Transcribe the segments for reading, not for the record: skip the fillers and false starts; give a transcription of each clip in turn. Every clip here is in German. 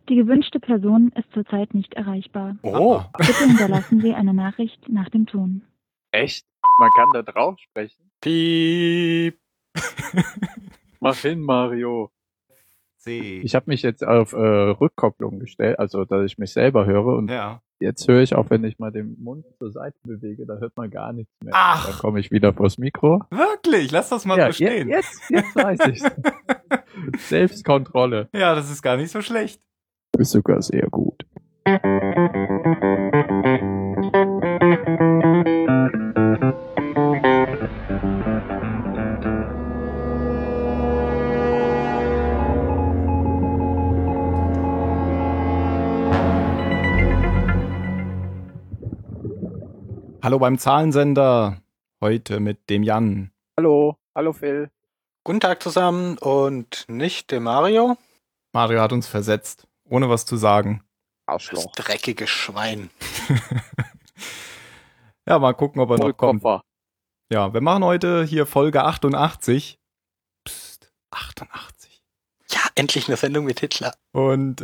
Die gewünschte Person ist zurzeit nicht erreichbar. Oh. Bitte hinterlassen Sie eine Nachricht nach dem Ton. Echt? Man kann da drauf sprechen? Piep. Mach hin, Mario. C. Ich habe mich jetzt auf Rückkopplung gestellt, also dass ich mich selber höre und Ja. jetzt höre ich auch, wenn ich mal den Mund zur Seite bewege, da hört man gar nichts mehr. Ach. Dann komme ich wieder vors Mikro. Wirklich? Lass das mal Ja, so stehen. jetzt weiß ich's. Selbstkontrolle. Ja, das ist gar nicht so schlecht. Ist sogar sehr gut. Hallo beim Zahlensender. Heute mit dem Jan. Hallo Phil. Guten Tag zusammen und nicht dem Mario. Mario hat uns versetzt, ohne was zu sagen. Das Arschloch. dreckige Schwein. Ja, mal gucken, ob er noch kommt. Vollkoffer. Ja, wir machen heute hier Folge 88. Psst, 88. Ja, endlich eine Sendung mit Hitler. Und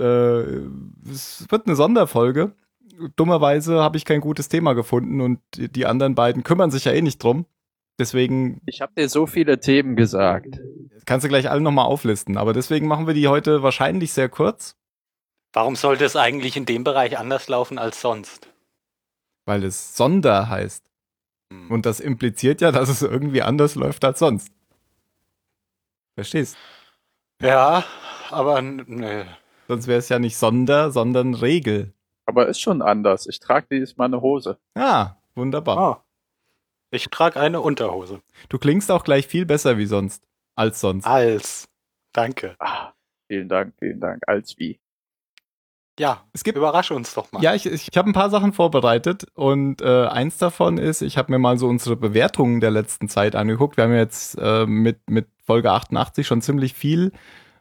es wird eine Sonderfolge. Dummerweise habe ich kein gutes Thema gefunden und die anderen beiden kümmern sich ja eh nicht drum. Deswegen Ich habe dir so viele Themen gesagt. kannst du gleich alle nochmal auflisten. Aber deswegen machen wir die heute wahrscheinlich sehr kurz, Warum sollte es eigentlich in dem Bereich anders laufen als sonst? weil es Sonder heißt. Und das impliziert ja, dass es irgendwie anders läuft als sonst. Verstehst? Ja, aber nö. Sonst wäre es ja nicht Sonder, sondern Regel. Aber ist schon anders. Ich trage dieses Mal eine Hose. Ah, wunderbar. Ah. Ich trage eine Unterhose. Du klingst auch gleich viel besser wie sonst. Als sonst. Danke. Ah, vielen Dank. Als wie. Ja, Es gibt überrasche uns doch mal. Ja, ich habe ein paar Sachen vorbereitet und eins davon ist, ich habe mir mal so unsere Bewertungen der letzten Zeit angeguckt. Wir haben jetzt mit Folge 88 schon ziemlich viele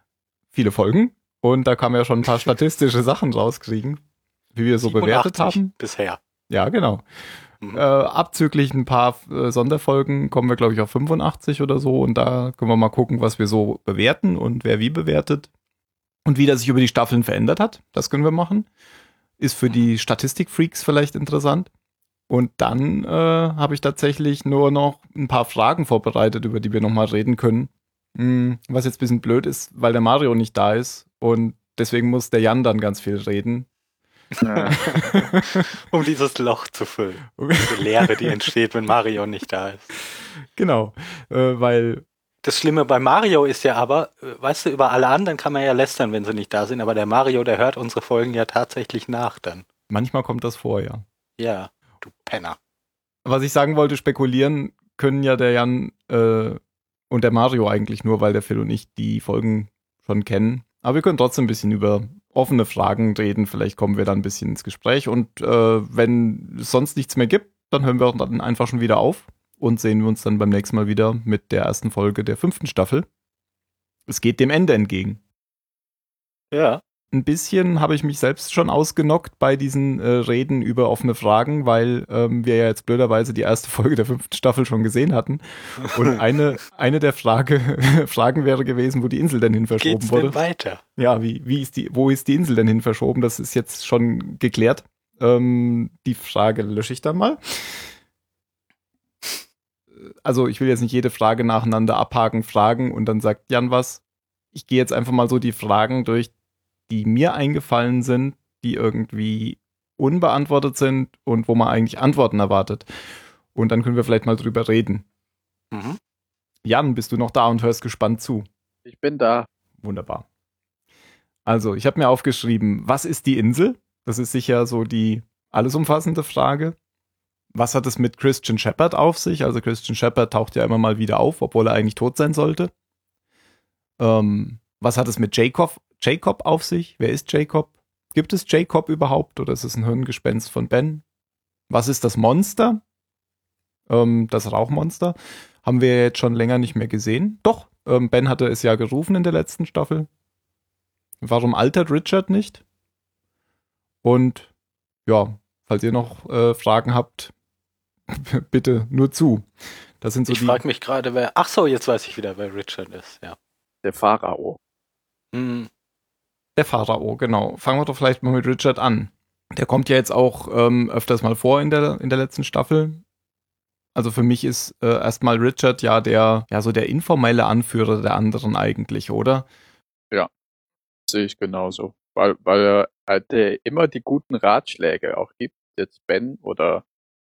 Folgen und da kann man ja schon ein paar statistische Sachen rauskriegen, wie wir so bewertet 87 haben. bisher. Ja, genau. Mhm. Abzüglich ein paar Sonderfolgen kommen wir, glaube ich, auf 85 oder so und da können wir mal gucken, was wir so bewerten und wer wie bewertet. Und wie das sich über die Staffeln verändert hat, das können wir machen. Ist für die Statistikfreaks vielleicht interessant. Und dann habe ich tatsächlich nur noch ein paar Fragen vorbereitet, über die wir nochmal reden können. Was jetzt ein bisschen blöd ist, weil der Mario nicht da ist. Und deswegen muss der Jan dann ganz viel reden. Ja. Um dieses Loch zu füllen. Die Leere, die entsteht, wenn Mario nicht da ist. Genau, weil Das Schlimme bei Mario ist ja aber, weißt du, über alle anderen kann man ja lästern, wenn sie nicht da sind, aber der Mario, der hört unsere Folgen ja tatsächlich nach dann. manchmal kommt das vor, ja. Ja, du Penner. Was ich sagen wollte, spekulieren können ja der Jan und der Mario eigentlich nur, weil der Phil und ich die Folgen schon kennen. Aber wir können trotzdem ein bisschen über offene Fragen reden. Vielleicht kommen wir dann ein bisschen ins Gespräch. Und wenn es sonst nichts mehr gibt, dann hören wir dann einfach schon wieder auf und sehen wir uns dann beim nächsten Mal wieder mit der ersten Folge der 5. Staffel. Es geht dem Ende entgegen. Ja. Ein bisschen habe ich mich selbst schon ausgenockt bei diesen Reden über offene Fragen, weil wir ja jetzt blöderweise die erste Folge der 5. Staffel schon gesehen hatten. Und eine der Fragen wäre gewesen, wo die Insel denn hin verschoben Geht's wurde. denn weiter? Ja, wo ist die Insel denn hin verschoben? Das ist jetzt schon geklärt. Die Frage lösche ich dann mal. Also ich will jetzt nicht jede Frage nacheinander abhaken, fragen und dann sagt Jan was. Ich gehe jetzt einfach mal so die Fragen durch, die mir eingefallen sind, die irgendwie unbeantwortet sind und wo man eigentlich Antworten erwartet. Und dann können wir vielleicht mal drüber reden. Mhm. Jan, bist du noch da und hörst gespannt zu? Ich bin da. Wunderbar. Also, ich habe mir aufgeschrieben, was ist die Insel? Das ist sicher so die allesumfassende Frage. Was hat es mit Christian Shephard auf sich? Also Christian Shephard taucht ja immer mal wieder auf, obwohl er eigentlich tot sein sollte. Was hat es mit Jacob auf sich? Wer ist Jacob? Gibt es Jacob überhaupt oder ist es ein Hirngespenst von Ben? Was ist das Monster? Das Rauchmonster? Haben wir jetzt schon länger nicht mehr gesehen. Doch, Ben hatte es ja gerufen in der letzten Staffel. Warum altert Richard nicht? Und ja, falls ihr noch Fragen habt, bitte nur zu. Das sind so Ich frage mich gerade, wer... Ach so, jetzt weiß ich wieder, wer Richard ist, ja. Der Pharao. Hm. Der Pharao, genau. Fangen wir doch vielleicht mal mit Richard an. Der kommt ja jetzt auch öfters mal vor in der letzten Staffel. Also für mich ist erstmal Richard ja so der informelle Anführer der anderen eigentlich, oder? Sehe ich genauso. Weil er halt immer die guten Ratschläge auch gibt. Jetzt Ben oder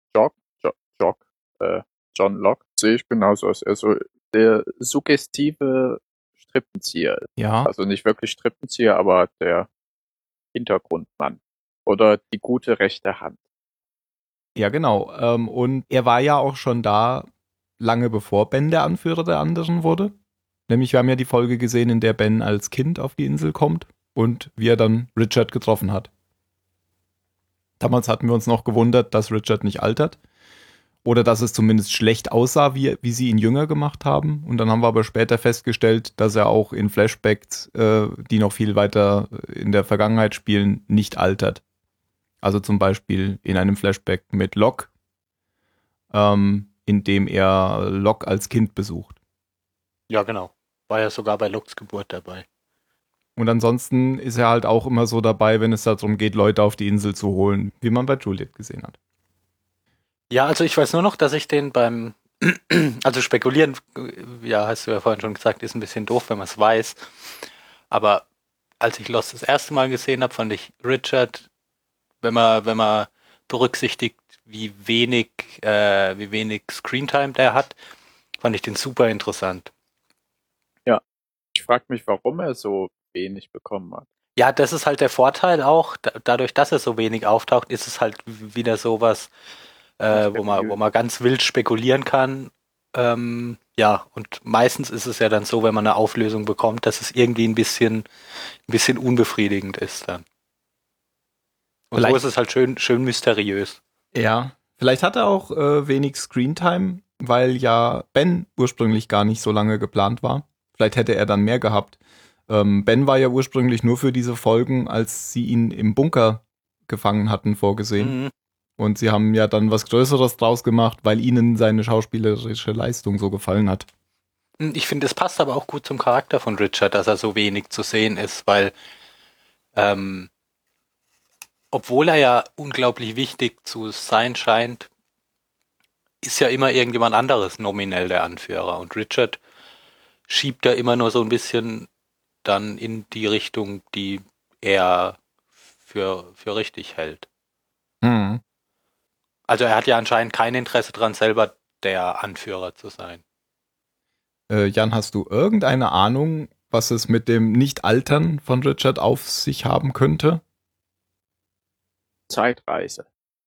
John Locke sehe ich genauso. Also der suggestive Strippenzieher. Ja. Also nicht wirklich Strippenzieher, aber der Hintergrundmann. Oder die gute rechte Hand. Ja, genau. Und er war ja auch schon da, lange bevor Ben der Anführer der anderen wurde. Nämlich, wir haben ja die Folge gesehen, in der Ben als Kind auf die Insel kommt und wie er dann Richard getroffen hat. Damals hatten wir uns noch gewundert, dass Richard nicht altert. Oder dass es zumindest schlecht aussah, wie sie ihn jünger gemacht haben. Und dann haben wir aber später festgestellt, dass er auch in Flashbacks, die noch viel weiter in der Vergangenheit spielen, nicht altert. Also zum Beispiel in einem Flashback mit Locke, in dem er Locke als Kind besucht. Ja, genau. War ja sogar bei Lockes Geburt dabei. Und ansonsten ist er halt auch immer so dabei, wenn es darum geht, Leute auf die Insel zu holen, wie man bei Juliet gesehen hat. Ja, also ich weiß nur noch, dass ich den also spekulieren, ja, hast du ja vorhin schon gesagt, ist ein bisschen doof, wenn man es weiß. Aber als ich Lost das erste Mal gesehen habe, fand ich Richard, wenn man berücksichtigt, wie wenig Screentime der hat, fand ich den super interessant. Ich frage mich, warum er so wenig bekommen hat. Ja, das ist halt der Vorteil auch. Dadurch, dass er so wenig auftaucht, ist es halt wieder sowas, wo man ganz wild spekulieren kann. Ja, und meistens ist es ja dann so, wenn man eine Auflösung bekommt, dass es irgendwie ein bisschen unbefriedigend ist dann. Und Vielleicht, so ist es halt schön mysteriös. ja, vielleicht hat er auch wenig Screentime, weil ja Ben ursprünglich gar nicht so lange geplant war. Vielleicht hätte er dann mehr gehabt. Ben war ja ursprünglich nur für diese Folgen, als sie ihn im Bunker gefangen hatten, vorgesehen. Mhm. Und sie haben ja dann was Größeres draus gemacht, weil ihnen seine schauspielerische Leistung so gefallen hat. Ich finde, es passt aber auch gut zum Charakter von Richard, dass er so wenig zu sehen ist, weil obwohl er ja unglaublich wichtig zu sein scheint, ist ja immer irgendjemand anderes nominell der Anführer. Und Richard schiebt er immer nur so ein bisschen dann in die Richtung, die er für richtig hält. Mhm. Also er hat ja anscheinend kein Interesse daran, selber der Anführer zu sein. Jan, hast du irgendeine Ahnung, was es mit dem Nicht-Altern von Richard auf sich haben könnte? Zeitreise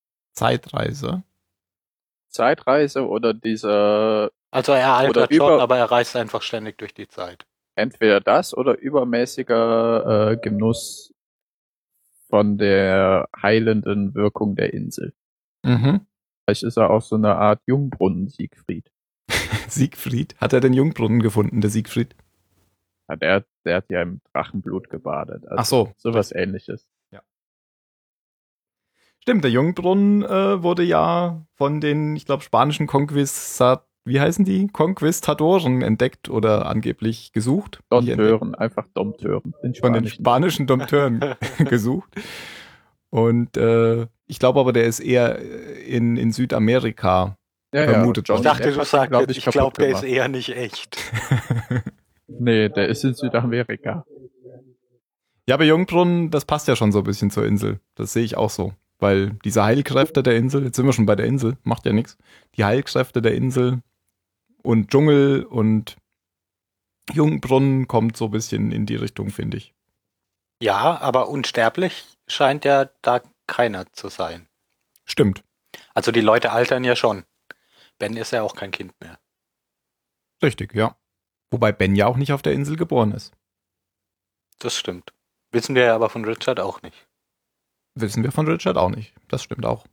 oder dieser, Also er altert Oder schon, aber er reist einfach ständig durch die Zeit. entweder das oder übermäßiger Genuss von der heilenden Wirkung der Insel. Mhm. Vielleicht ist er auch so eine Art Jungbrunnen-Siegfried. Siegfried? Hat er den Jungbrunnen gefunden, der Siegfried? Ja, der hat ja im Drachenblut gebadet. Also Ach so. sowas Ähnliches. Stimmt, der Jungbrunnen wurde ja von den, ich glaube, spanischen Konquistadoren entdeckt oder angeblich gesucht. Dompteuren, einfach Dompteuren. Von den spanischen Dompteuren gesucht. Und ich glaube aber, der ist eher in Südamerika vermutet Ich worden. dachte, du sagst, ich glaube, der ist gemacht. eher nicht echt. Nee, der ist in Südamerika. Ja, aber Jungbrunnen, das passt ja schon so ein bisschen zur Insel. Das sehe ich auch so. Weil diese Heilkräfte der Insel, jetzt sind wir schon bei der Insel, macht ja nichts. Die Heilkräfte der Insel und Dschungel und Jungbrunnen kommt so ein bisschen in die Richtung, finde ich. Ja, aber unsterblich scheint ja da keiner zu sein. Stimmt. Also die Leute altern ja schon. Ben ist ja auch kein Kind mehr. Richtig, ja. Wobei Ben ja auch nicht auf der Insel geboren ist. Das stimmt. Wissen wir ja aber von Richard auch nicht. Wissen wir von Richard auch nicht. Das stimmt auch.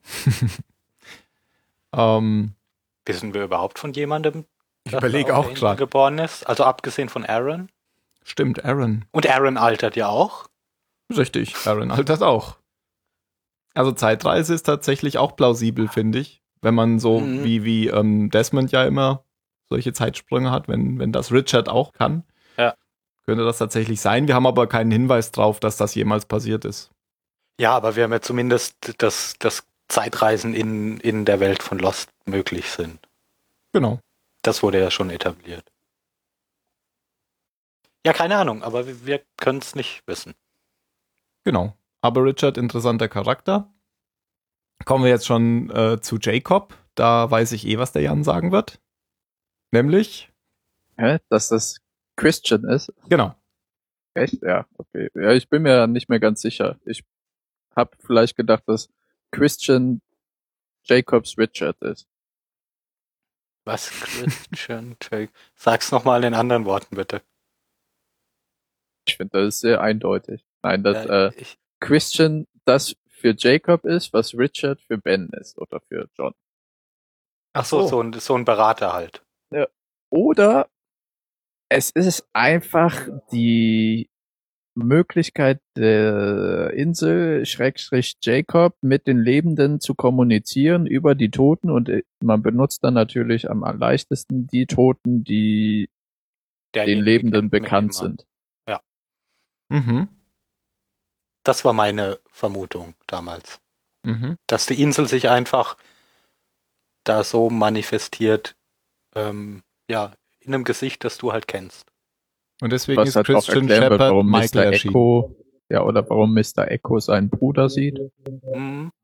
Wissen wir überhaupt von jemandem, Ich überlege auch gerade. geboren ist? Also abgesehen von Aaron. Stimmt, Aaron. Und Aaron altert ja auch. Richtig, Aaron altert auch. Also Zeitreise ist tatsächlich auch plausibel, finde ich. Wenn man so wie Desmond ja immer solche Zeitsprünge hat, wenn das Richard auch kann. Ja. könnte das tatsächlich sein. Wir haben aber keinen Hinweis drauf, dass das jemals passiert ist. Ja, aber wir haben ja zumindest, dass Zeitreisen in der Welt von Lost möglich sind. Genau. Das wurde ja schon etabliert. Ja, keine Ahnung, aber wir können es nicht wissen. Genau. Aber Richard, interessanter Charakter. Kommen wir jetzt schon zu Jacob. Da weiß ich was der Jan sagen wird. Nämlich? Dass das Christian ist? Genau. Echt? Ja, okay. Ja, ich bin mir nicht mehr ganz sicher. Ich habe vielleicht gedacht, dass Christian Jacobs Richard ist. Was? Christian Jacob? Sag's nochmal in anderen Worten, bitte. Ich finde, das ist sehr eindeutig. Nein, dass Christian das für Jacob ist, was Richard für Ben ist oder für John. Ach so, so ein Berater halt. Ja. Oder es ist einfach die Möglichkeit der Insel / Jacob mit den Lebenden zu kommunizieren über die Toten und man benutzt dann natürlich am leichtesten die Toten, die den Lebenden bekannt sind. Ja. Mhm. Das war meine Vermutung damals. Mhm. Dass die Insel sich einfach da so manifestiert, in einem Gesicht, das du halt kennst. Und deswegen Was ist halt Christian auch erklären wird, Shepard warum Michael Mr. erschienen. Echo, oder warum Mr. Echo seinen Bruder sieht. Mhm.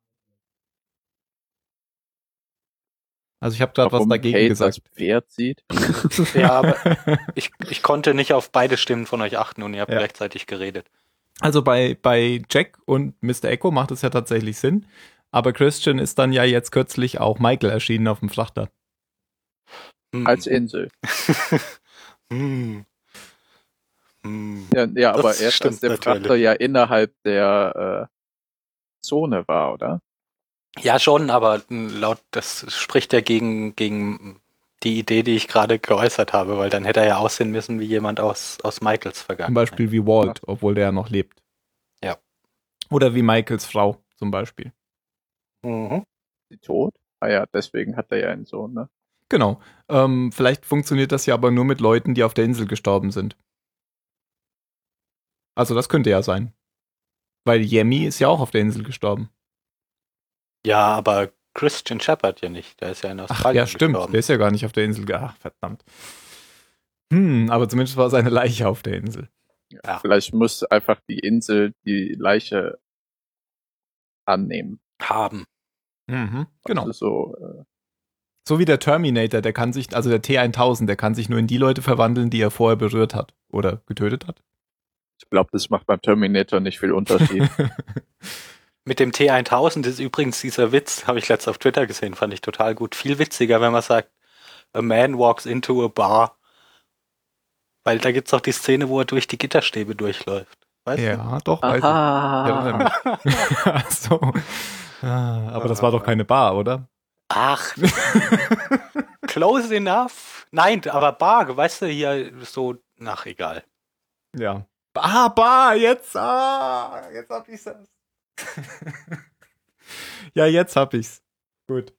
Also ich habe gerade was Warum dagegen Kate gesagt. das Pferd sieht. Ja, aber ich konnte nicht auf beide Stimmen von euch achten und ihr habt Ja. gleichzeitig geredet. Also bei Jack und Mr. Echo macht es ja tatsächlich Sinn. Aber Christian ist dann ja jetzt kürzlich auch Michael erschienen auf dem Frachter. Als Insel. Hm. Hm. Ja, aber Das erst stimmt als der natürlich. Frachter ja innerhalb der Zone war, oder? Ja, schon, aber das spricht ja gegen die Idee, die ich gerade geäußert habe, weil dann hätte er ja aussehen müssen wie jemand aus Michaels Zum Vergangenheit. Beispiel wie Walt, obwohl der ja noch lebt. Ja. Oder wie Michaels Frau zum Beispiel. Mhm. Die tot? Ah ja, deswegen hat er ja einen Sohn, ne? Genau. Vielleicht funktioniert das ja aber nur mit Leuten, die auf der Insel gestorben sind. Also das könnte ja sein. Weil Yemi ist ja auch auf der Insel gestorben. Ja, aber Christian Shepard ja nicht. Der ist ja in Ach Australien ja, stimmt. gestorben. Der ist ja gar nicht auf der Insel. Ach, verdammt. Aber zumindest war seine Leiche auf der Insel. Ja. Vielleicht muss einfach die Insel die Leiche annehmen. Haben. Genau. Also so, So wie der Terminator, der kann sich, also der T-1000, der kann sich nur in die Leute verwandeln, die er vorher berührt hat oder getötet hat. ich glaube, das macht beim Terminator nicht viel Unterschied. Mit dem T1000 ist übrigens dieser Witz, habe ich letztens auf Twitter gesehen, fand ich total gut. Viel witziger, wenn man sagt, a man walks into a bar. Weil da gibt's auch die Szene, wo er durch die Gitterstäbe durchläuft. Weißt du? Ja, doch, weiß ich. Ich erinnere mich. Ach so. Aber das war doch keine Bar, oder? Ach, close enough. Nein, aber Bar, weißt du, hier so, ach, egal. Ja. Bar, jetzt hab ich's. Ja, jetzt hab ich's. Gut.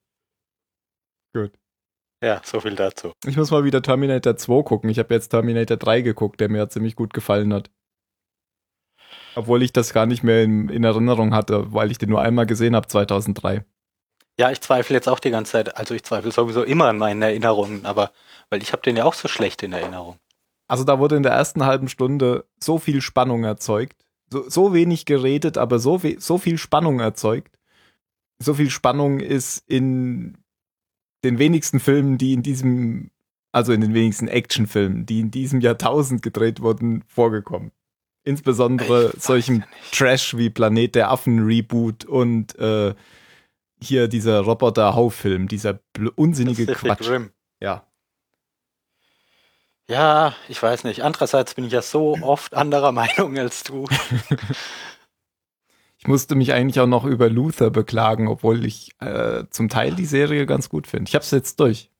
Ja, so viel dazu. Ich muss mal wieder Terminator 2 gucken. Ich habe jetzt Terminator 3 geguckt, der mir ziemlich gut gefallen hat. Obwohl ich das gar nicht mehr in Erinnerung hatte, weil ich den nur einmal gesehen habe, 2003. Ja, ich zweifle jetzt auch die ganze Zeit, also ich zweifle sowieso immer an meinen Erinnerungen, aber, weil ich habe den ja auch so schlecht in Erinnerung. Also da wurde in der ersten halben Stunde so viel Spannung erzeugt. So wenig geredet, aber so viel Spannung erzeugt. So viel Spannung ist in den wenigsten Filmen, die in diesem, also in den wenigsten Actionfilmen, die in diesem Jahrtausend gedreht wurden, vorgekommen. Insbesondere solchen Trash wie Planet der Affen Reboot und hier dieser Roboter-Hau-Film, dieser unsinnige Pacific Quatsch. Rim. Ja. Ja, ich weiß nicht. Andererseits bin ich ja so oft anderer Meinung als du. Ich musste mich eigentlich auch noch über Luther beklagen, obwohl ich zum Teil die Serie ganz gut finde. Ich hab's jetzt durch.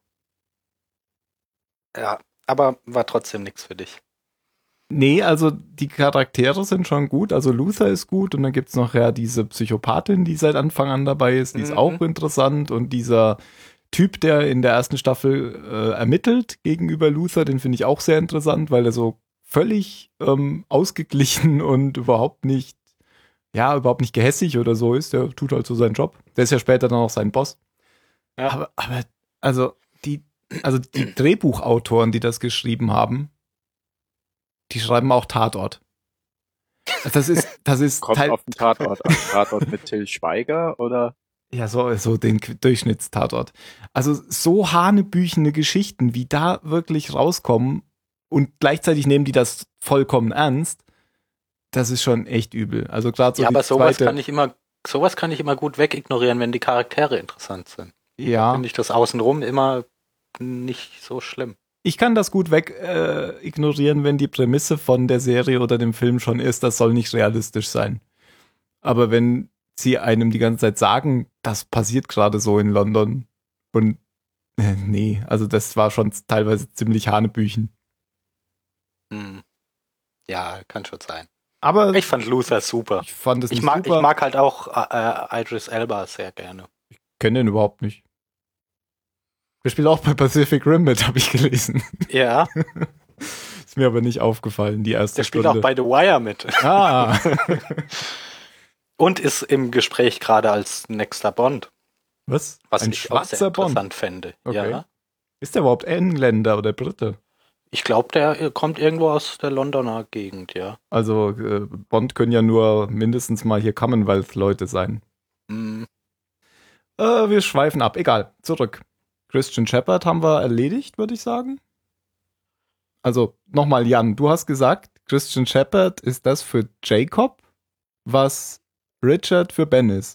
Ja, aber war trotzdem nichts für dich. Nee, also die Charaktere sind schon gut. Also Luther ist gut und dann gibt's noch ja diese Psychopathin, die seit Anfang an dabei ist. Die ist auch interessant und dieser Typ, der in der ersten Staffel ermittelt gegenüber Luther, den finde ich auch sehr interessant, weil er so völlig ausgeglichen und überhaupt nicht gehässig oder so ist. Der tut halt so seinen Job. Der ist ja später dann auch sein Boss. Ja. Aber die Drehbuchautoren, die das geschrieben haben, die schreiben auch Tatort. Das ist Kommt auf den Tatort an. Tatort mit Till Schweiger oder? Ja, so den Durchschnittstatort. Also so hanebüchene Geschichten, wie da wirklich rauskommen und gleichzeitig nehmen die das vollkommen ernst, das ist schon echt übel. Also gerade so Ja, die aber sowas zweite, kann ich immer gut wegignorieren, wenn die Charaktere interessant sind. ja, Finde ich das außenrum immer nicht so schlimm. ich kann das gut ignorieren, wenn die Prämisse von der Serie oder dem Film schon ist, das soll nicht realistisch sein. Aber wenn sie einem die ganze Zeit sagen, das passiert gerade so in London und nee, also das war schon teilweise ziemlich hanebüchen. Ja, kann schon sein. Aber Ich fand Luther super. ich fand es Ich nicht super. mag halt auch Idris Elba sehr gerne. Ich kenne den überhaupt nicht. Der spielt auch bei Pacific Rim mit, habe ich gelesen. Ja, Ist mir aber nicht aufgefallen, die erste der spielt Stunde. auch bei The Wire mit. Ah, Und ist im Gespräch gerade als nächster Bond, was? was Ein ich auch sehr schwarzer Bond. interessant fände. Okay. Ja. Ist der überhaupt Engländer oder Brite? Ich glaube, der kommt irgendwo aus der Londoner Gegend, ja. Also Bond können ja nur mindestens mal hier Commonwealth-Leute sein. Hm. Wir schweifen ab. Egal, zurück. Christian Shephard haben wir erledigt, würde ich sagen. Also nochmal, Jan, du hast gesagt, Christian Shephard ist das für Jacob, was Richard für Ben ist.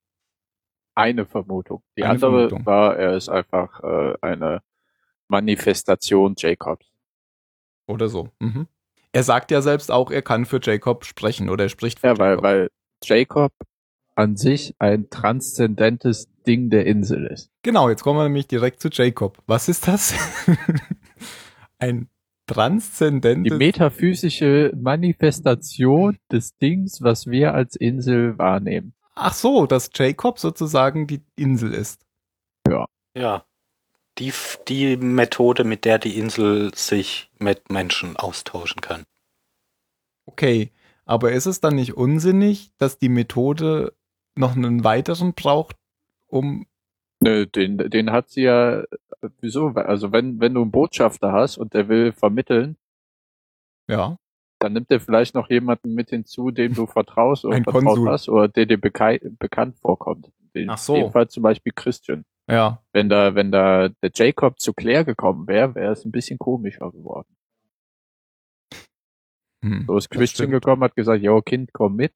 Eine Vermutung. Die Eine andere Vermutung. war, er ist einfach eine Manifestation Jacobs. Oder so. Mhm. Er sagt ja selbst auch, er kann für Jacob sprechen oder er spricht für Ja, Jacob. weil Jacob an sich ein transzendentes Ding der Insel ist. Genau, jetzt kommen wir nämlich direkt zu Jacob. Was ist das? Ein Die transzendentes... metaphysische Manifestation des Dings, was wir als Insel wahrnehmen. Ach so, dass Jacob sozusagen die Insel ist. Ja. Die Methode, mit der die Insel sich mit Menschen austauschen kann. Okay, aber ist es dann nicht unsinnig, dass die Methode noch einen weiteren braucht, um... Nö, den hat sie ja, wieso? Also wenn du einen Botschafter hast und der will vermitteln, Ja, dann nimmt er vielleicht noch jemanden mit hinzu, dem du vertraust oder Ein vertraut Konsul. hast oder der dir bekannt vorkommt. Ach so. In dem Fall zum Beispiel Christian. ja. Wenn da der Jacob zu Claire gekommen wäre es ein bisschen komischer geworden. So ist das Christian stimmt. gekommen, hat gesagt, jo, Kind, komm mit.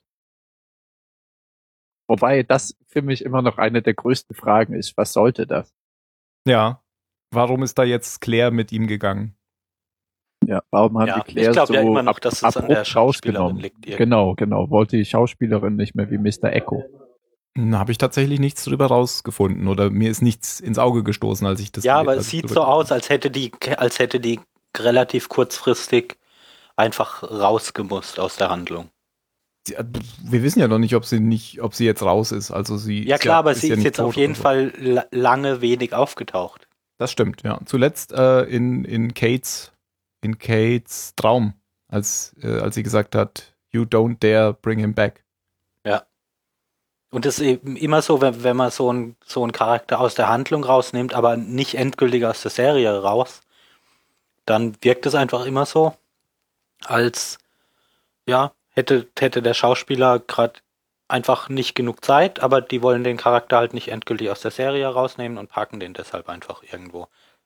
Wobei das für mich immer noch eine der größten Fragen ist. Was sollte das? Ja. Warum ist da jetzt Claire mit ihm gegangen? Ja, warum haben Ja, die Claire ich glaube so ja immer noch, dass es an der abrupt Schauspielerin rausgenommen? liegt. irgendwie. Genau. Wollte die Schauspielerin nicht mehr wie Mr. Echo. Habe ich tatsächlich nichts drüber rausgefunden oder mir ist nichts ins Auge gestoßen, als ich das... Ja, aber als es ich sieht drüber- so aus, als hätte die relativ kurzfristig einfach rausgemusst aus der Handlung. Wir wissen ja noch nicht, ob sie jetzt raus ist. Also sie Ja ist klar, aber sie ja ist nicht jetzt tot auf jeden oder so. Fall lange wenig aufgetaucht. Das stimmt, ja. Zuletzt in Kates Traum, als sie gesagt hat, you don't dare bring him back. Ja. Und es ist eben immer so, wenn man so einen Charakter aus der Handlung rausnimmt, aber nicht endgültig aus der Serie raus, dann wirkt es einfach immer so, als ja, hätte der Schauspieler gerade einfach nicht genug Zeit, aber die wollen den Charakter halt nicht endgültig aus der Serie rausnehmen und packen den deshalb einfach irgendwo.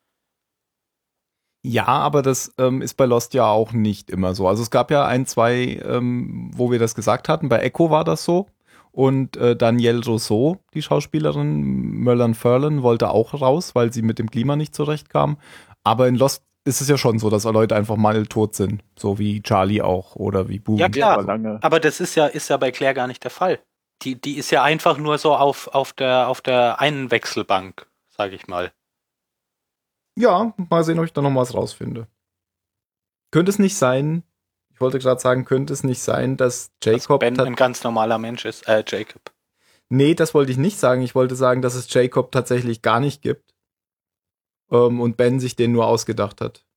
Ja, aber das ist bei Lost ja auch nicht immer so. Also es gab ja ein, zwei, wo wir das gesagt hatten. Bei Echo war das so. Und Danielle Rousseau, die Schauspielerin, Möllern-Furlan, wollte auch raus, weil sie mit dem Klima nicht zurechtkam. Aber in Lost ist es ja schon so, dass Leute einfach mal tot sind. So wie Charlie auch oder wie Boom. Ja, klar. Aber lange. Aber das ist ja bei Claire gar nicht der Fall. Die ist ja einfach nur so auf der einen Wechselbank, sage ich mal. Ja, mal sehen, ob ich da noch was rausfinde. Könnte es nicht sein, ich wollte gerade sagen, könnte es nicht sein, dass Jacob... Dass Ben ein ganz normaler Mensch ist, Jacob. Nee, das wollte ich nicht sagen. Ich wollte sagen, dass es Jacob tatsächlich gar nicht gibt. Und Ben sich den nur ausgedacht hat.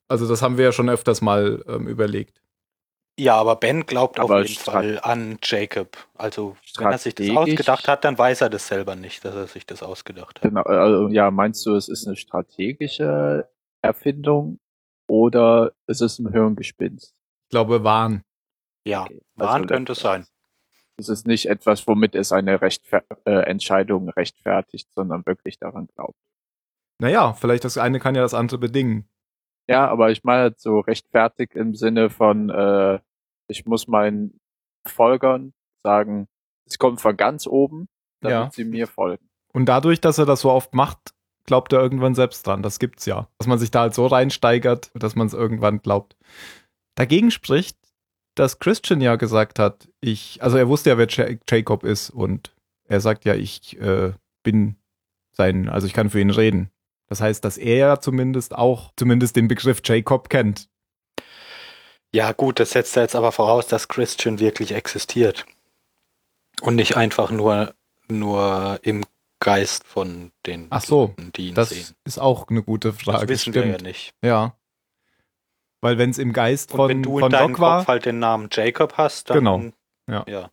Also das haben wir ja schon öfters mal überlegt. Ja, aber Ben glaubt Aber auf jeden Fall an Jacob. Also wenn er sich das strategisch- ausgedacht hat, dann weiß er das selber nicht, dass er sich das ausgedacht hat. Genau, also, ja, meinst du, es ist eine strategische Erfindung oder ist es ein Hirngespinst? Ich glaube, Wahn. Ja, Okay, Wahn also könnte es sein. Es ist nicht etwas, womit es eine Entscheidung rechtfertigt, sondern wirklich daran glaubt. Naja, vielleicht das eine kann ja das andere bedingen. Ja, aber ich meine so rechtfertigt im Sinne von, ich muss meinen Folgern sagen, es kommt von ganz oben, damit Ja. sie mir folgen. Und dadurch, dass er das so oft macht, glaubt er irgendwann selbst dran. Das gibt's ja. Dass man sich da halt so reinsteigert, dass man es irgendwann glaubt. Dagegen spricht, dass Christian ja gesagt hat, also er wusste ja, wer Jacob ist und er sagt ja, ich bin also ich kann für ihn reden. Das heißt, dass er ja zumindest den Begriff Jacob kennt. Ja gut, das setzt ja jetzt aber voraus, dass Christian wirklich existiert. Und nicht einfach nur im Geist von den Ach so, Leuten, die ihn das sehen. ist auch eine gute Frage. Das wissen Stimmt. wir ja nicht. Ja. Weil wenn es im Geist Und wenn du in von deinem Doc war, Kopf halt den Namen Jacob hast, dann Genau. Ja. ja.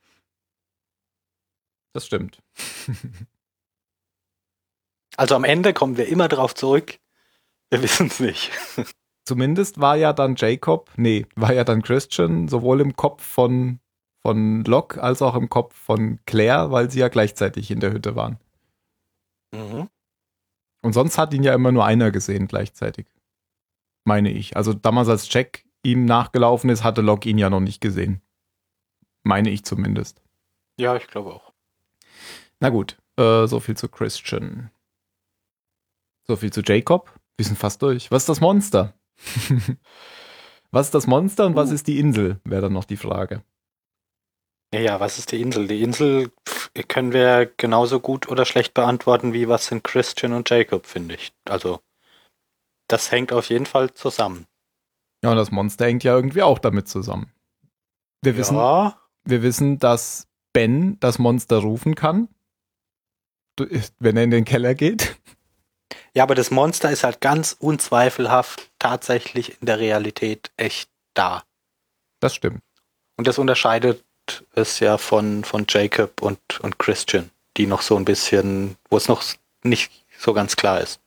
das stimmt. Also am Ende kommen wir immer drauf zurück, wir wissen es nicht. Zumindest war ja dann Christian sowohl im Kopf von Locke als auch im Kopf von Claire, weil sie ja gleichzeitig in der Hütte waren. Mhm. Und sonst hat ihn ja immer nur einer gesehen gleichzeitig. Meine ich. Also damals, als Jack ihm nachgelaufen ist, hatte Locke ihn ja noch nicht gesehen. Meine ich zumindest. Ja, ich glaube auch. Na gut, so viel zu Christian. So viel zu Jacob. Wir sind fast durch. Was ist das Monster? Was ist das Monster und was ist die Insel? Wäre dann noch die Frage. Ja, was ist die Insel? Die Insel können wir genauso gut oder schlecht beantworten, wie was sind Christian und Jacob, finde ich. Also, das hängt auf jeden Fall zusammen. Ja, und das Monster hängt ja irgendwie auch damit zusammen. Wir wissen, dass Ben das Monster rufen kann, wenn er in den Keller geht. Ja, aber das Monster ist halt ganz unzweifelhaft tatsächlich in der Realität echt da. Das stimmt. Und das unterscheidet es ja von Jacob und Christian, die noch so ein bisschen, wo es noch nicht so ganz klar ist.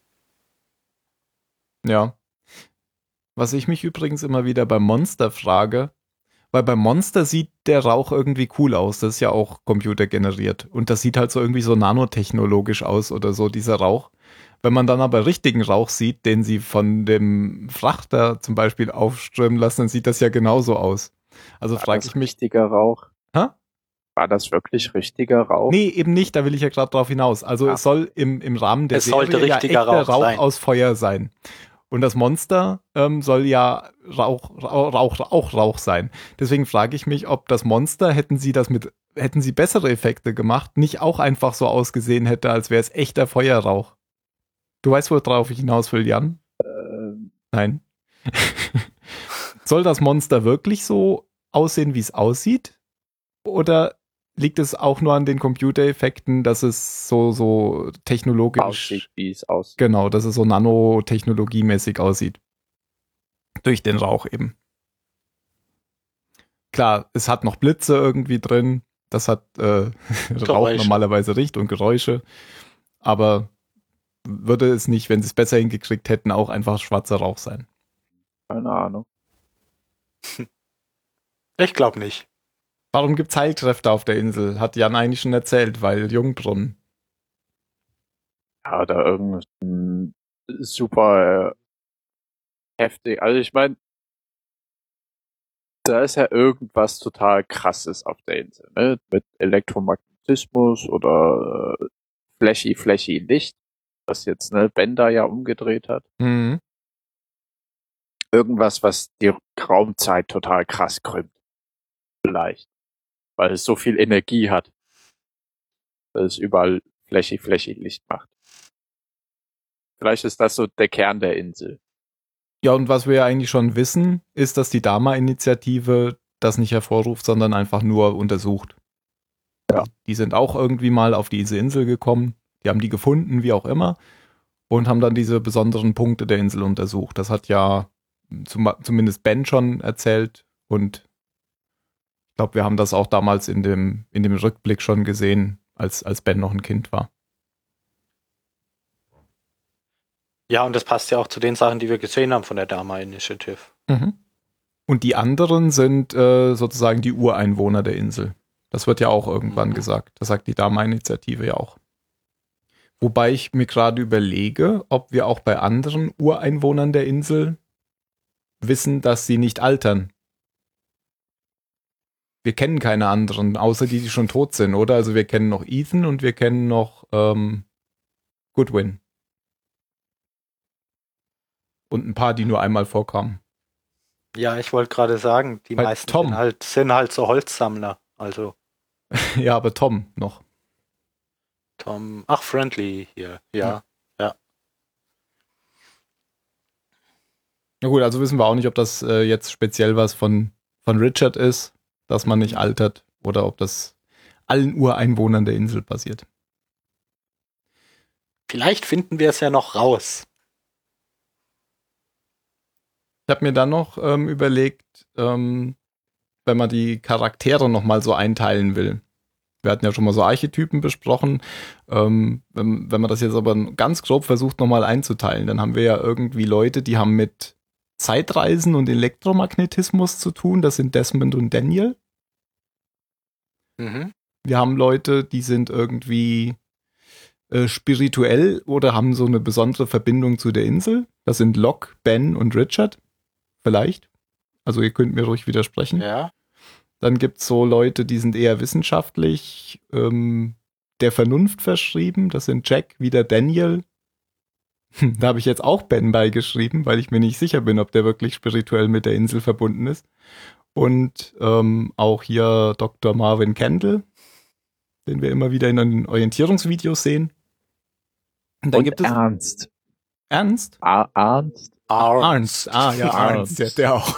Ja. Was ich mich übrigens immer wieder beim Monster frage, weil beim Monster sieht der Rauch irgendwie cool aus, das ist ja auch computergeneriert und das sieht halt so irgendwie so nanotechnologisch aus oder so, dieser Rauch. Wenn man dann aber richtigen Rauch sieht, den sie von dem Frachter zum Beispiel aufströmen lassen, dann sieht das ja genauso aus. Also frage ich mich. Richtiger Rauch? Hä? War das wirklich richtiger Rauch? Nee, eben nicht, da will ich ja gerade drauf hinaus. Also es soll im Rahmen der Es sollte Serie richtiger echter Rauch Rauch sein. aus Feuer sein. Und das Monster soll ja Rauch sein. Deswegen frage ich mich, ob das Monster, hätten sie bessere Effekte gemacht, nicht auch einfach so ausgesehen hätte, als wäre es echter Feuerrauch. Du weißt, worauf ich hinaus will, Jan? Nein. Soll das Monster wirklich so aussehen, wie es aussieht? Oder liegt es auch nur an den Computereffekten, dass es so technologisch aussieht, wie es aussieht? Genau, dass es so nanotechnologiemäßig aussieht. Durch den Rauch eben. Klar, es hat noch Blitze irgendwie drin. Das hat Rauch normalerweise Licht und Geräusche. Aber würde es nicht, wenn sie es besser hingekriegt hätten, auch einfach schwarzer Rauch sein? Keine Ahnung. Ich glaube nicht. Warum gibt es Heilkräfte auf der Insel? Hat Jan eigentlich schon erzählt, weil Jungbrunnen. Ja, oder irgendein super heftig. Also ich meine, da ist ja irgendwas total krasses auf der Insel, ne? Mit Elektromagnetismus oder flashy Licht, was jetzt Bender ja umgedreht hat. Mhm. Irgendwas, was die Raumzeit total krass krümmt. Vielleicht. Weil es so viel Energie hat, dass es überall flashy Licht macht. Vielleicht ist das so der Kern der Insel. Ja, und was wir ja eigentlich schon wissen, ist, dass die Dama-Initiative das nicht hervorruft, sondern einfach nur untersucht. Ja. Die sind auch irgendwie mal auf diese Insel gekommen, die haben die gefunden, wie auch immer. und haben dann diese besonderen Punkte der Insel untersucht. Das hat ja zumindest Ben schon erzählt und ich glaube, wir haben das auch damals in dem Rückblick schon gesehen, als Ben noch ein Kind war. Ja, und das passt ja auch zu den Sachen, die wir gesehen haben von der Dharma Initiative. Mhm. Und die anderen sind sozusagen die Ureinwohner der Insel. Das wird ja auch irgendwann gesagt. Das sagt die Dharma-Initiative ja auch. Wobei ich mir gerade überlege, ob wir auch bei anderen Ureinwohnern der Insel wissen, dass sie nicht altern. Wir kennen keine anderen, außer die schon tot sind, oder? Also wir kennen noch Ethan und wir kennen noch Goodwin. Und ein paar, die nur einmal vorkamen. Ja, ich wollte gerade sagen, die Bei meisten Tom. sind halt so Holzsammler. Also Ja, aber Tom noch. Tom, Friendly hier, ja. Na gut, also wissen wir auch nicht, ob das jetzt speziell was von Richard ist, dass man nicht altert, oder ob das allen Ureinwohnern der Insel passiert. Vielleicht finden wir es ja noch raus. Ich habe mir dann noch überlegt, wenn man die Charaktere noch mal so einteilen will. Wir hatten ja schon mal so Archetypen besprochen. Wenn man das jetzt aber ganz grob versucht noch mal einzuteilen, dann haben wir ja irgendwie Leute, die haben mit Zeitreisen und Elektromagnetismus zu tun. Das sind Desmond und Daniel. Mhm. Wir haben Leute, die sind irgendwie spirituell oder haben so eine besondere Verbindung zu der Insel. Das sind Locke, Ben und Richard. Vielleicht. Also ihr könnt mir ruhig widersprechen. Ja. Dann gibt es so Leute, die sind eher wissenschaftlich der Vernunft verschrieben. Das sind Jack, wieder Daniel. Da habe ich jetzt auch Ben beigeschrieben, weil ich mir nicht sicher bin, ob der wirklich spirituell mit der Insel verbunden ist. Und auch hier Dr. Marvin Kendall, den wir immer wieder in den Orientierungsvideos sehen. Und dann gibt es Ernst. Ernst? Ernst. Arnst. Ah, ja, Arnst. Ja, der auch.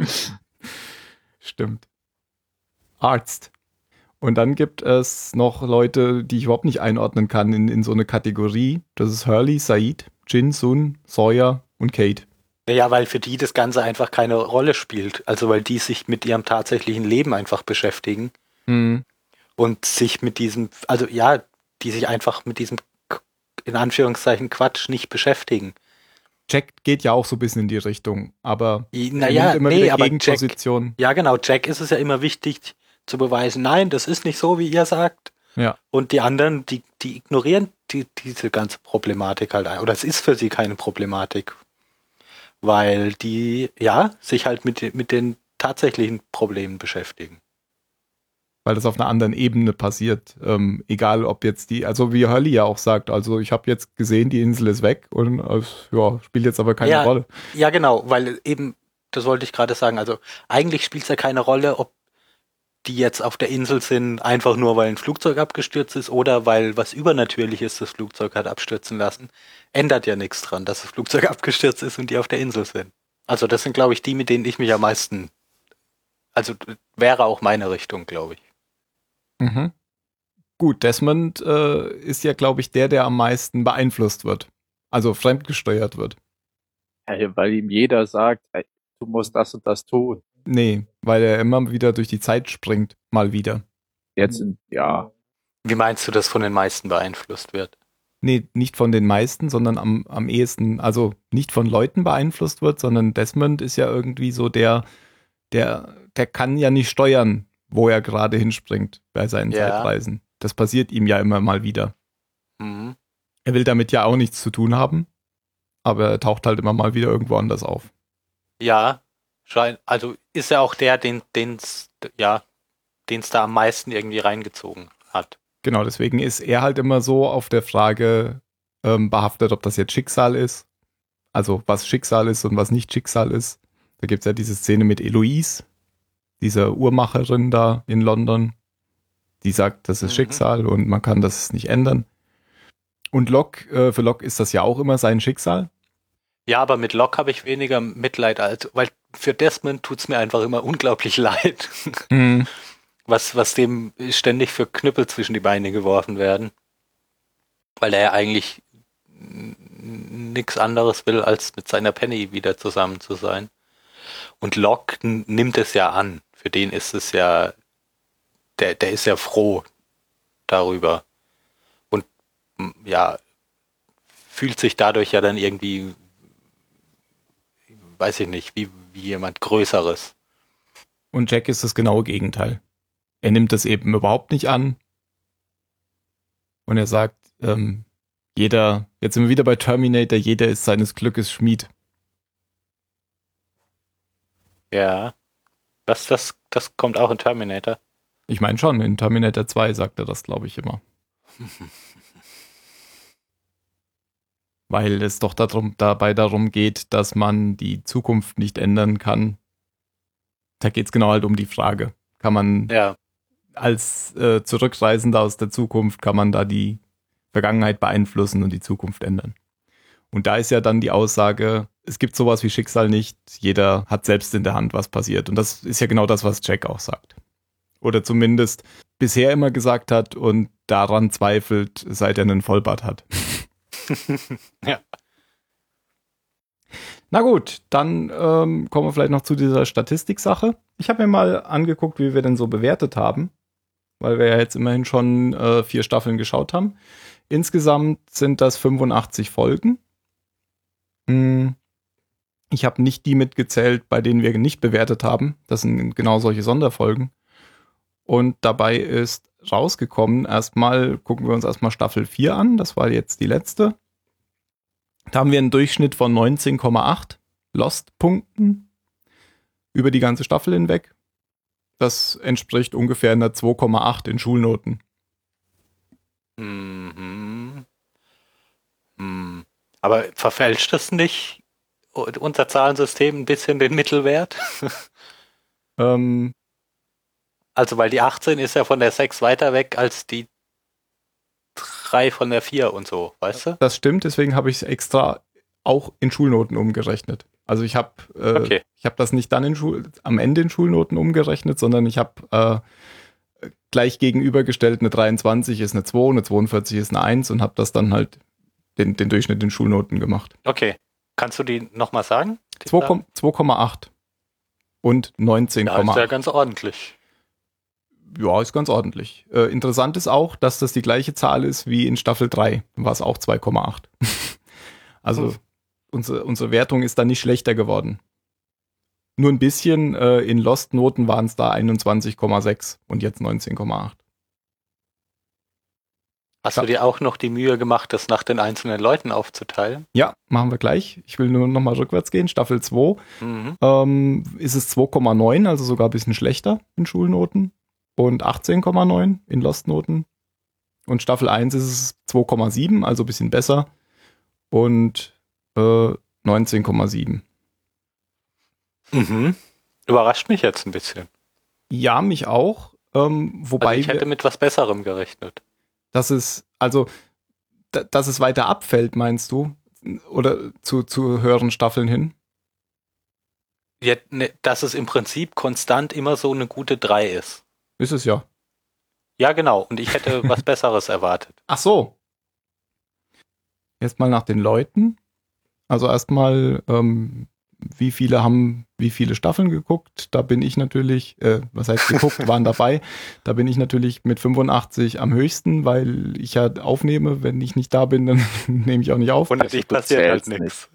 Stimmt. Arzt. Und dann gibt es noch Leute, die ich überhaupt nicht einordnen kann in so eine Kategorie. Das ist Hurley, Said, Jin, Sun, Sawyer und Kate. Ja, weil für die das Ganze einfach keine Rolle spielt. Also weil die sich mit ihrem tatsächlichen Leben einfach beschäftigen. Hm. Und sich mit diesem, also ja, die sich einfach mit diesem, in Anführungszeichen, Quatsch nicht beschäftigen. Jack geht ja auch so ein bisschen in die Richtung, aber Naja, nimmt immer nee, wieder aber Gegenposition. Ja, genau, Jack ist es ja immer wichtig zu beweisen, nein, das ist nicht so, wie ihr sagt. Ja. Und die anderen, die ignorieren diese ganze Problematik halt, oder es ist für sie keine Problematik. Weil die, ja, sich halt mit den tatsächlichen Problemen beschäftigen. Weil das auf einer anderen Ebene passiert. Egal, ob jetzt also wie Hurley ja auch sagt, also ich habe jetzt gesehen, die Insel ist weg und ja, spielt jetzt aber keine Rolle. Ja, genau, weil eben, das wollte ich gerade sagen, also eigentlich spielt es ja keine Rolle, ob die jetzt auf der Insel sind, einfach nur, weil ein Flugzeug abgestürzt ist oder weil was Übernatürliches das Flugzeug hat abstürzen lassen. Ändert ja nichts dran, dass das Flugzeug abgestürzt ist und die auf der Insel sind. Also das sind, glaube ich, die, mit denen ich mich am meisten, also wäre auch meine Richtung, glaube ich. Mhm. Gut, Desmond ist ja, glaube ich, der am meisten beeinflusst wird. Also fremdgesteuert wird. Ja, weil ihm jeder sagt, ey, du musst das und das tun. Nee, weil er immer wieder durch die Zeit springt. Mal wieder. Jetzt ja. Wie meinst du, dass von den meisten beeinflusst wird? Nee, nicht von den meisten, sondern am ehesten, also nicht von Leuten beeinflusst wird, sondern Desmond ist ja irgendwie so der kann ja nicht steuern, wo er gerade hinspringt bei seinen Zeitreisen. Das passiert ihm ja immer mal wieder. Mhm. Er will damit ja auch nichts zu tun haben, aber er taucht halt immer mal wieder irgendwo anders auf. Ja, also ist er auch der, den es da am meisten irgendwie reingezogen hat. Genau, deswegen ist er halt immer so auf der Frage behaftet, ob das jetzt Schicksal ist. Also was Schicksal ist und was nicht Schicksal ist. Da gibt es ja diese Szene mit Eloise, dieser Uhrmacherin da in London. Die sagt, das ist Schicksal und man kann das nicht ändern. Und Locke, für Locke ist das ja auch immer sein Schicksal. Ja, aber mit Locke habe ich weniger Mitleid, weil für Desmond tut es mir einfach immer unglaublich leid. Mhm. Was dem ständig für Knüppel zwischen die Beine geworfen werden. Weil er ja eigentlich nichts anderes will, als mit seiner Penny wieder zusammen zu sein. Und Locke nimmt es ja an. Für den ist es ja, der ist ja froh darüber. Und ja, fühlt sich dadurch ja dann irgendwie, weiß ich nicht, wie jemand Größeres. Und Jack ist das genaue Gegenteil. Er nimmt das eben überhaupt nicht an. Und er sagt, jeder, jetzt sind wir wieder bei Terminator, jeder ist seines Glückes Schmied. Ja. Das kommt auch in Terminator. Ich meine schon, in Terminator 2 sagt er das, glaube ich, immer. Weil es doch dabei darum geht, dass man die Zukunft nicht ändern kann. Da geht es genau halt um die Frage. Kann man als Zurückreisender aus der Zukunft, kann man da die Vergangenheit beeinflussen und die Zukunft ändern? Und da ist ja dann die Aussage, es gibt sowas wie Schicksal nicht, jeder hat selbst in der Hand, was passiert. Und das ist ja genau das, was Jack auch sagt. Oder zumindest bisher immer gesagt hat und daran zweifelt, seit er einen Vollbart hat. Ja. Na gut, dann kommen wir vielleicht noch zu dieser Statistik-Sache. Ich habe mir mal angeguckt, wie wir denn so bewertet haben, weil wir ja jetzt immerhin schon 4 Staffeln geschaut haben. Insgesamt sind das 85 Folgen. Ich habe nicht die mitgezählt, bei denen wir nicht bewertet haben. Das sind genau solche Sonderfolgen. Und dabei ist rausgekommen, gucken wir uns erstmal Staffel 4 an. Das war jetzt die letzte. Da haben wir einen Durchschnitt von 19,8 Lost-Punkten über die ganze Staffel hinweg. Das entspricht ungefähr einer 2,8 in Schulnoten. Aber verfälscht das nicht unser Zahlensystem ein bisschen den Mittelwert? Also, weil die 18 ist ja von der 6 weiter weg als die 3 von der 4 und so, weißt du? Das stimmt, deswegen habe ich es extra auch in Schulnoten umgerechnet. Also ich habe das nicht dann am Ende in Schulnoten umgerechnet, sondern ich habe gleich gegenübergestellt, eine 23 ist eine 2, eine 42 ist eine 1 und habe das dann halt den Durchschnitt in Schulnoten gemacht. Okay. Kannst du die nochmal sagen? 2,8 und 19,8. Ja, ist ja ganz ordentlich. Ja, ist ganz ordentlich. Interessant ist auch, dass das die gleiche Zahl ist wie in Staffel 3. Da war es auch 2,8. Also unsere Wertung ist da nicht schlechter geworden. Nur ein bisschen, in Lost-Noten waren es da 21,6 und jetzt 19,8. Hast du dir auch noch die Mühe gemacht, das nach den einzelnen Leuten aufzuteilen? Ja, machen wir gleich. Ich will nur noch mal rückwärts gehen. Staffel 2 ist es 2,9, also sogar ein bisschen schlechter in Schulnoten. Und 18,9 in Lost-Noten. Und Staffel 1 ist es 2,7, also ein bisschen besser. Und 19,7. Überrascht mich jetzt ein bisschen. Ja, mich auch. Wobei also ich hätte mit was Besserem gerechnet. Dass es weiter abfällt, meinst du? Oder zu höheren Staffeln hin? Ja, dass es im Prinzip konstant immer so eine gute 3 ist. Ist es ja. Ja, genau. Und ich hätte was Besseres erwartet. Ach so. Erstmal nach den Leuten. Also erstmal, wie viele Staffeln geguckt? Da bin ich natürlich, was heißt geguckt, waren dabei. Da bin ich natürlich mit 85 am höchsten, weil ich ja aufnehme. Wenn ich nicht da bin, dann nehme ich auch nicht auf. Und natürlich passiert halt nichts.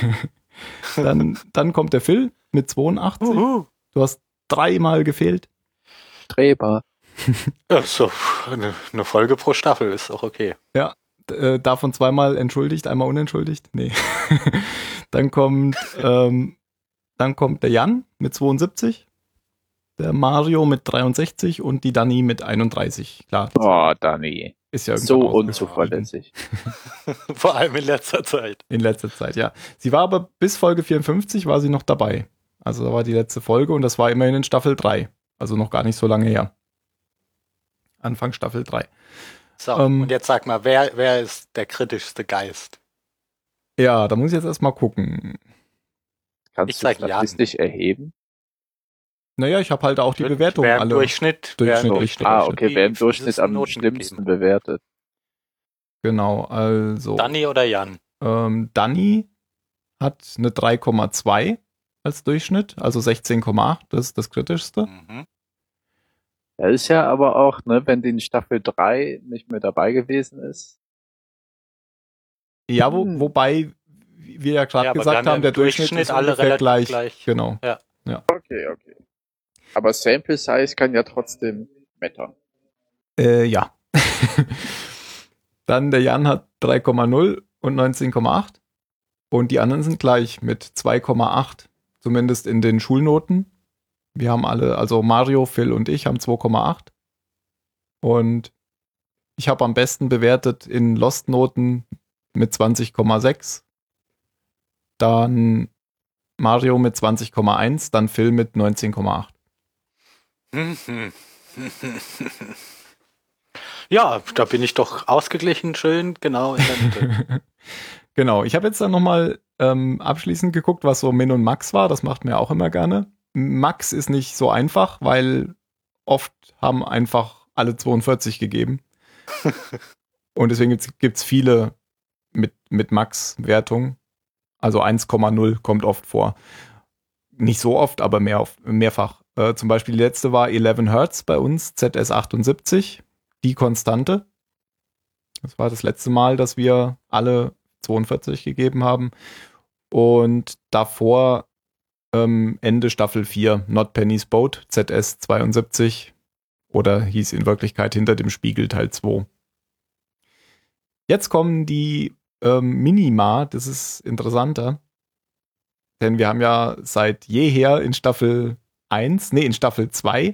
Dann kommt der Phil mit 82. Du hast 3-mal gefehlt. Streber. Ja, so eine Folge pro Staffel ist auch okay. Ja, davon 2-mal entschuldigt, einmal unentschuldigt. Nee. Dann kommt der Jan mit 72, der Mario mit 63 und die Dani mit 31. Klar. Oh, Dani. Ist ja so unzuverlässig. Vor allem in letzter Zeit. In letzter Zeit, ja. Sie war aber bis Folge 54 war sie noch dabei. Also da war die letzte Folge und das war immerhin in Staffel 3. Also noch gar nicht so lange her. Anfang Staffel 3. So, und jetzt sag mal, wer ist der kritischste Geist? Ja, da muss ich jetzt erstmal gucken. Kannst du statistisch erheben? Naja, ich habe halt auch die Bewertungen wer im alle. Durchschnitt. Okay, wer im Durchschnitt am schlimmsten bewertet. Genau, also. Dani oder Jan? Danny hat eine 3,2 als Durchschnitt, also 16,8, das ist das Kritischste. Mhm. Das ist ja aber auch, ne, wenn die in Staffel 3 nicht mehr dabei gewesen ist. Ja, wobei wir ja gerade Ja, aber gesagt wir haben, der Durchschnitt ist alle ungefähr relativ gleich. Genau. Okay. Aber Sample Size kann ja trotzdem mattern. Ja. Dann der Jan hat 3,0 und 19,8. Und die anderen sind gleich mit 2,8, zumindest in den Schulnoten. Wir haben alle, also Mario, Phil und ich haben 2,8. Und ich habe am besten bewertet in Lost-Noten mit 20,6. Dann Mario mit 20,1, dann Phil mit 19,8. Ja, da bin ich doch ausgeglichen, schön, genau in der Mitte. Genau, ich habe jetzt dann nochmal abschließend geguckt, was so Min und Max war. Das macht mir auch immer gerne. Max ist nicht so einfach, weil oft haben einfach alle 42 gegeben. Und deswegen gibt's viele mit Max-Wertung. Also 1,0 kommt oft vor. Nicht so oft, aber mehrfach. Zum Beispiel die letzte war 11 Hertz bei uns, ZS78, die Konstante. Das war das letzte Mal, dass wir alle 42 gegeben haben. Und davor Ende Staffel 4, Not Penny's Boat, ZS72 oder hieß in Wirklichkeit Hinter dem Spiegel Teil 2. Jetzt kommen die Minima, das ist interessanter, denn wir haben ja seit jeher in Staffel 1, in Staffel 2,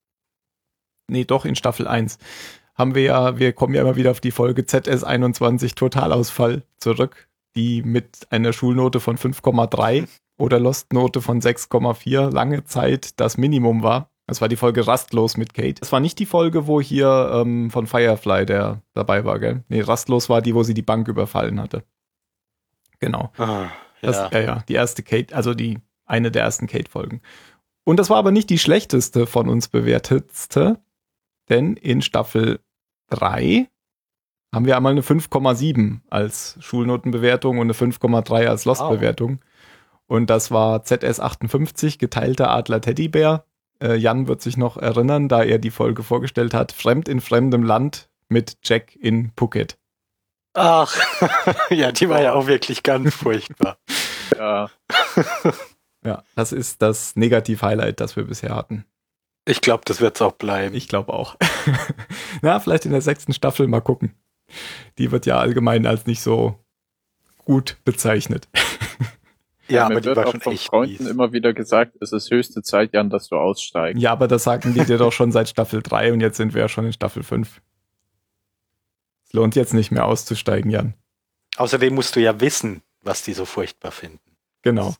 in Staffel 1 wir kommen ja immer wieder auf die Folge ZS21 Totalausfall zurück, die mit einer Schulnote von 5,3 oder Lost-Note von 6,4 lange Zeit das Minimum war. Das war die Folge Rastlos mit Kate. Das war nicht die Folge, wo hier von Firefly der dabei war, gell? Nee, Rastlos war die, wo sie die Bank überfallen hatte. Genau. Die erste Kate, also eine der ersten Kate-Folgen. Und das war aber nicht die schlechteste von uns bewertetste, denn in Staffel 3 haben wir einmal eine 5,7 als Schulnotenbewertung und eine 5,3 als Lost-Bewertung. Und das war ZS58, geteilter Adler Teddybär. Jan wird sich noch erinnern, da er die Folge vorgestellt hat, Fremd in fremdem Land mit Jack in Phuket. Ach, ja, die war ja auch wirklich ganz furchtbar. Ja. Ja, das ist das Negativ-Highlight, das wir bisher hatten. Ich glaube, das wird es auch bleiben. Ich glaube auch. Na, vielleicht in der 6. Staffel mal gucken. Die wird ja allgemein als nicht so gut bezeichnet. Ja, aber die wird auch von Freunden immer wieder gesagt, es ist höchste Zeit, Jan, dass du aussteigst. Ja, aber das sagen die dir doch schon seit Staffel 3 und jetzt sind wir ja schon in Staffel 5. Es lohnt jetzt nicht mehr auszusteigen, Jan. Außerdem musst du ja wissen, was die so furchtbar finden. Genau.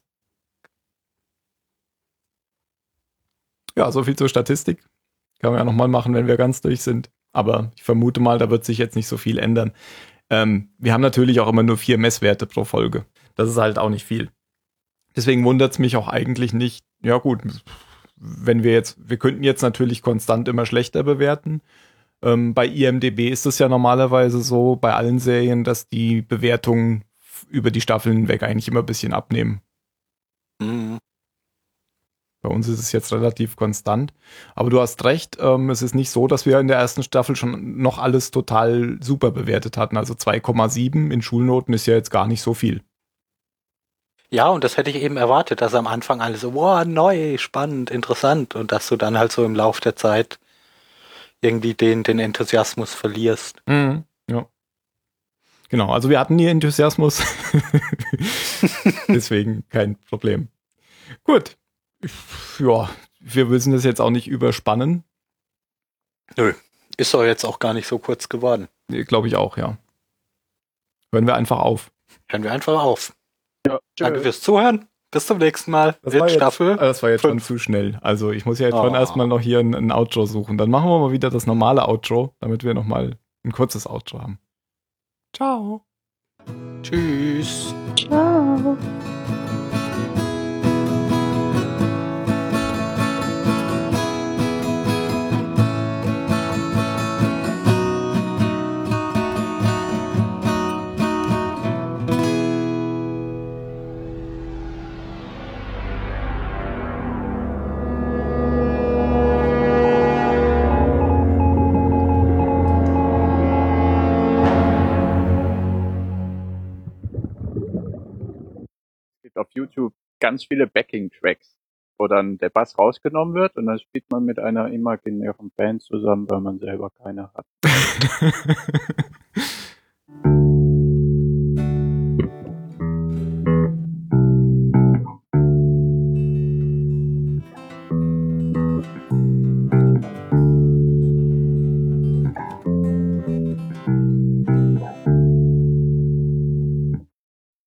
Ja, so viel zur Statistik. Kann man ja nochmal machen, wenn wir ganz durch sind. Aber ich vermute mal, da wird sich jetzt nicht so viel ändern. Wir haben natürlich auch immer nur 4 Messwerte pro Folge. Das ist halt auch nicht viel. Deswegen wundert es mich auch eigentlich nicht. Ja gut, wir könnten jetzt natürlich konstant immer schlechter bewerten. Bei IMDb ist es ja normalerweise so, bei allen Serien, dass die Bewertungen über die Staffeln hinweg eigentlich immer ein bisschen abnehmen. Mhm. Bei uns ist es jetzt relativ konstant. Aber du hast recht, es ist nicht so, dass wir in der ersten Staffel schon noch alles total super bewertet hatten. Also 2,7 in Schulnoten ist ja jetzt gar nicht so viel. Ja, und das hätte ich eben erwartet, dass am Anfang alles so, wow, neu, spannend, interessant und dass du dann halt so im Lauf der Zeit irgendwie den Enthusiasmus verlierst. Mhm, ja. Genau, also wir hatten nie Enthusiasmus. Deswegen kein Problem. Gut. Ja, wir müssen das jetzt auch nicht überspannen. Nö, ist doch jetzt auch gar nicht so kurz geworden. Glaube ich auch, ja. Hören wir einfach auf. Hören wir einfach auf. Ja, danke fürs Zuhören. Bis zum nächsten Mal. Das war jetzt schon zu schnell. Also ich muss ja jetzt schon erstmal noch hier ein Outro suchen. Dann machen wir mal wieder das normale Outro, damit wir nochmal ein kurzes Outro haben. Ciao. Tschüss. Ciao. YouTube ganz viele Backing-Tracks, wo dann der Bass rausgenommen wird und dann spielt man mit einer imaginären Band zusammen, weil man selber keine hat.